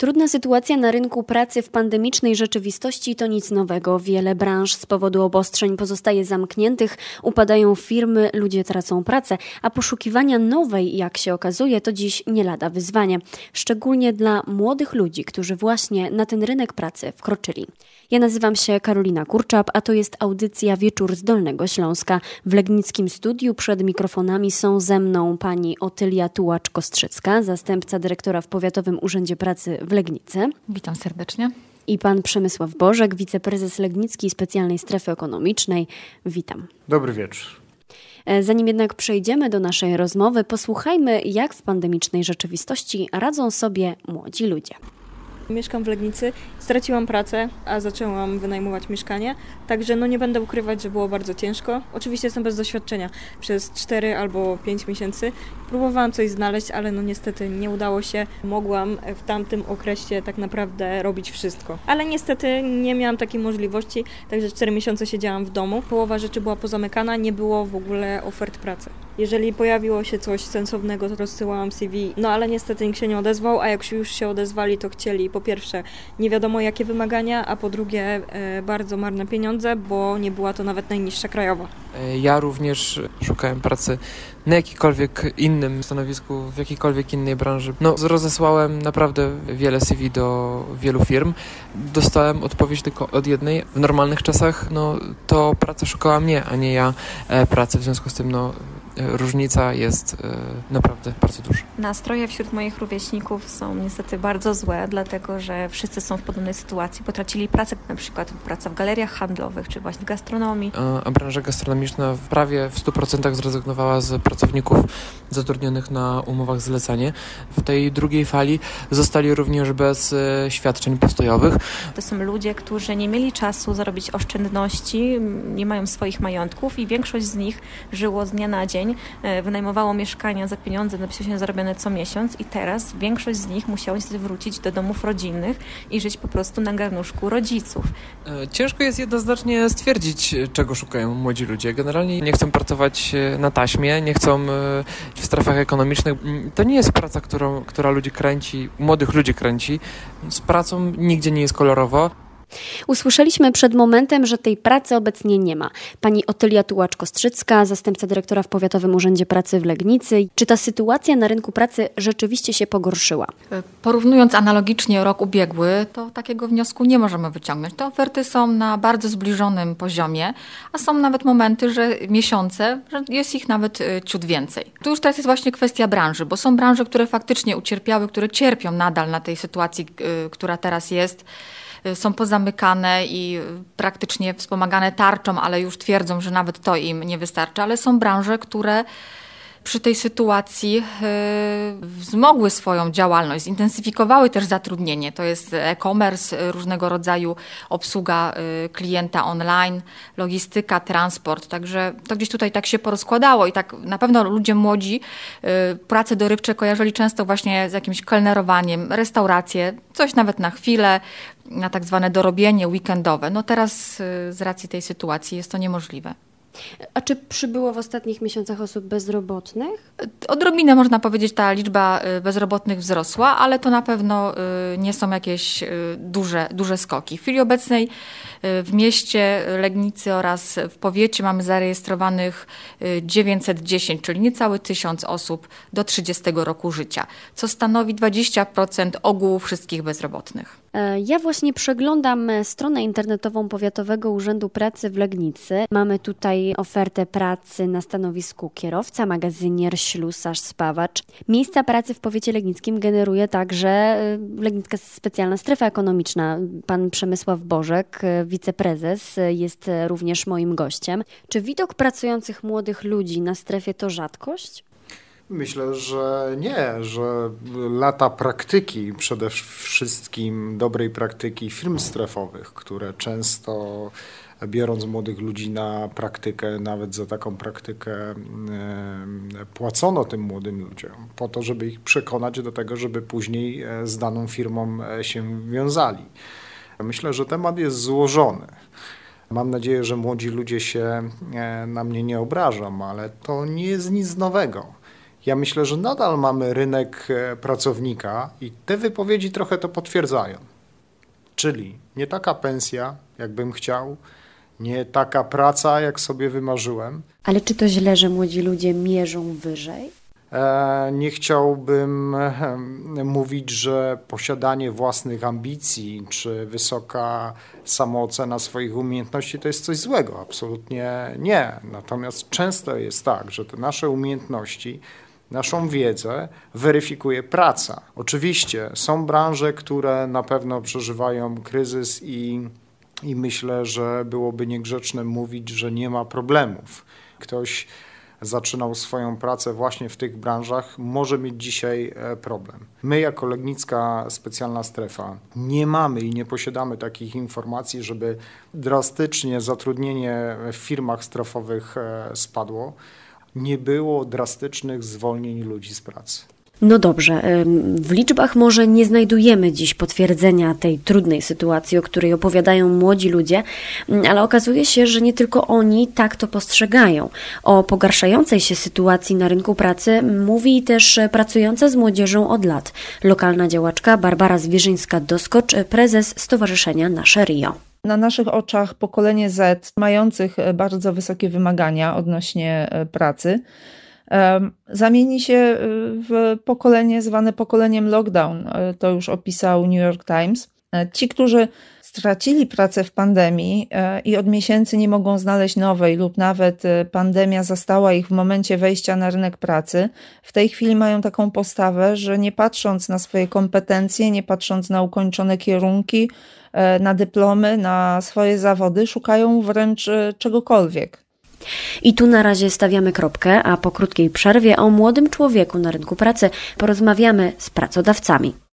Trudna sytuacja na rynku pracy w pandemicznej rzeczywistości to nic nowego. Wiele branż z powodu obostrzeń pozostaje zamkniętych, upadają firmy, ludzie tracą pracę, a poszukiwania nowej, jak się okazuje, to dziś nie lada wyzwanie. Szczególnie dla młodych ludzi, którzy właśnie na ten rynek pracy wkroczyli. Ja nazywam się Karolina Kurczap, a to jest audycja Wieczór z Dolnego Śląska. W legnickim studiu przed mikrofonami są ze mną pani Otylia Tułacz-Kostrzycka, zastępca dyrektora w Powiatowym Urzędzie Pracy w Legnicy. Witam serdecznie. I pan Przemysław Bożek, wiceprezes Legnickiej Specjalnej Strefy Ekonomicznej. Witam. Dobry wieczór. Zanim jednak przejdziemy do naszej rozmowy, posłuchajmy, jak w pandemicznej rzeczywistości radzą sobie młodzi ludzie. Mieszkam w Legnicy, straciłam pracę, a zaczęłam wynajmować mieszkanie, także nie będę ukrywać, że było bardzo ciężko. Oczywiście jestem bez doświadczenia przez 4 albo 5 miesięcy. Próbowałam coś znaleźć, ale niestety nie udało się. Mogłam w tamtym okresie tak naprawdę robić wszystko. Ale niestety nie miałam takiej możliwości, także 4 miesiące siedziałam w domu. Połowa rzeczy była pozamykana, nie było w ogóle ofert pracy. Jeżeli pojawiło się coś sensownego, to rozsyłałam CV, ale niestety nikt się nie odezwał, a jak już się odezwali, to chcieli po pierwsze nie wiadomo jakie wymagania, a po drugie bardzo marne pieniądze, bo nie była to nawet najniższa krajowa. Ja również szukałem pracy na jakimkolwiek innym stanowisku, w jakiejkolwiek innej branży. Rozesłałem naprawdę wiele CV do wielu firm. Dostałem odpowiedź tylko od jednej. W normalnych czasach to praca szukała mnie, a nie ja pracy. W związku z tym różnica jest naprawdę bardzo duża. Nastroje wśród moich rówieśników są niestety bardzo złe, dlatego że wszyscy są w podobnej sytuacji. Potracili pracę, na przykład praca w galeriach handlowych, czy właśnie w gastronomii. A branża gastronomiczna prawie w 100% zrezygnowała z pracowników zatrudnionych na umowach zlecenie. W tej drugiej fali zostali również bez świadczeń postojowych. To są ludzie, którzy nie mieli czasu zarobić oszczędności, nie mają swoich majątków i większość z nich żyło z dnia na dzień, wynajmowało mieszkania za pieniądze bezpośrednio zarobione co miesiąc i teraz większość z nich musiała niestety wrócić do domów rodzinnych i żyć po prostu na garnuszku rodziców. Ciężko jest jednoznacznie stwierdzić, czego szukają młodzi ludzie. Generalnie nie chcą pracować na taśmie, nie chcą w strefach ekonomicznych. To nie jest praca, która młodych ludzi kręci. Z pracą nigdzie nie jest kolorowo. Usłyszeliśmy przed momentem, że tej pracy obecnie nie ma. Pani Otylia Tułacz-Kostrzycka, zastępca dyrektora w Powiatowym Urzędzie Pracy w Legnicy. Czy ta sytuacja na rynku pracy rzeczywiście się pogorszyła? Porównując analogicznie rok ubiegły, to takiego wniosku nie możemy wyciągnąć. Te oferty są na bardzo zbliżonym poziomie, a są nawet momenty, że miesiące, że jest ich nawet ciut więcej. Tu już teraz jest właśnie kwestia branży, bo są branże, które faktycznie ucierpiały, które cierpią nadal na tej sytuacji, która teraz jest. Są pozamykane i praktycznie wspomagane tarczą, ale już twierdzą, że nawet to im nie wystarczy. Ale są branże, które przy tej sytuacji wzmogły swoją działalność, zintensyfikowały też zatrudnienie. To jest e-commerce, różnego rodzaju obsługa klienta online, logistyka, transport. Także to gdzieś tutaj tak się porozkładało i tak na pewno ludzie młodzi prace dorywcze kojarzyli często właśnie z jakimś kelnerowaniem, restauracje, coś nawet na chwilę, na tak zwane dorobienie weekendowe. Teraz z racji tej sytuacji jest to niemożliwe. A czy przybyło w ostatnich miesiącach osób bezrobotnych? Odrobinę można powiedzieć, ta liczba bezrobotnych wzrosła, ale to na pewno nie są jakieś duże skoki. W chwili obecnej w mieście Legnicy oraz w powiecie mamy zarejestrowanych 910, czyli niecały 1000 osób do 30 roku życia, co stanowi 20% ogółu wszystkich bezrobotnych. Ja właśnie przeglądam stronę internetową Powiatowego Urzędu Pracy w Legnicy. Mamy tutaj ofertę pracy na stanowisku kierowca, magazynier, ślusarz, spawacz. Miejsca pracy w powiecie legnickim generuje także Legnicka Specjalna Strefa Ekonomiczna. Pan Przemysław Bożek, wiceprezes, jest również moim gościem. Czy widok pracujących młodych ludzi na strefie to rzadkość? Myślę, że nie, że lata praktyki, przede wszystkim dobrej praktyki firm strefowych, które często biorąc młodych ludzi na praktykę, nawet za taką praktykę płacono tym młodym ludziom, po to, żeby ich przekonać do tego, żeby później z daną firmą się wiązali. Myślę, że temat jest złożony. Mam nadzieję, że młodzi ludzie się na mnie nie obrażą, ale to nie jest nic nowego. Ja myślę, że nadal mamy rynek pracownika i te wypowiedzi trochę to potwierdzają. Czyli nie taka pensja, jak bym chciał, nie taka praca, jak sobie wymarzyłem. Ale czy to źle, że młodzi ludzie mierzą wyżej? Nie chciałbym mówić, że posiadanie własnych ambicji czy wysoka samoocena swoich umiejętności to jest coś złego. Absolutnie nie. Natomiast często jest tak, że te nasze umiejętności, naszą wiedzę weryfikuje praca. Oczywiście są branże, które na pewno przeżywają kryzys i myślę, że byłoby niegrzeczne mówić, że nie ma problemów. Ktoś zaczynał swoją pracę właśnie w tych branżach, może mieć dzisiaj problem. My jako Legnicka Specjalna Strefa nie mamy i nie posiadamy takich informacji, żeby drastycznie zatrudnienie w firmach strefowych spadło. Nie było drastycznych zwolnień ludzi z pracy. No dobrze, w liczbach może nie znajdujemy dziś potwierdzenia tej trudnej sytuacji, o której opowiadają młodzi ludzie, ale okazuje się, że nie tylko oni tak to postrzegają. O pogarszającej się sytuacji na rynku pracy mówi też pracująca z młodzieżą od lat lokalna działaczka Barbara Zwierzyńska-Doskocz, prezes Stowarzyszenia Nasze Rio. Na naszych oczach pokolenie Z, mających bardzo wysokie wymagania odnośnie pracy, zamieni się w pokolenie zwane pokoleniem lockdown. To już opisał New York Times. Ci, którzy stracili pracę w pandemii i od miesięcy nie mogą znaleźć nowej lub nawet pandemia zastała ich w momencie wejścia na rynek pracy, w tej chwili mają taką postawę, że nie patrząc na swoje kompetencje, nie patrząc na ukończone kierunki, na dyplomy, na swoje zawody, szukają wręcz czegokolwiek. I tu na razie stawiamy kropkę, a po krótkiej przerwie o młodym człowieku na rynku pracy porozmawiamy z pracodawcami.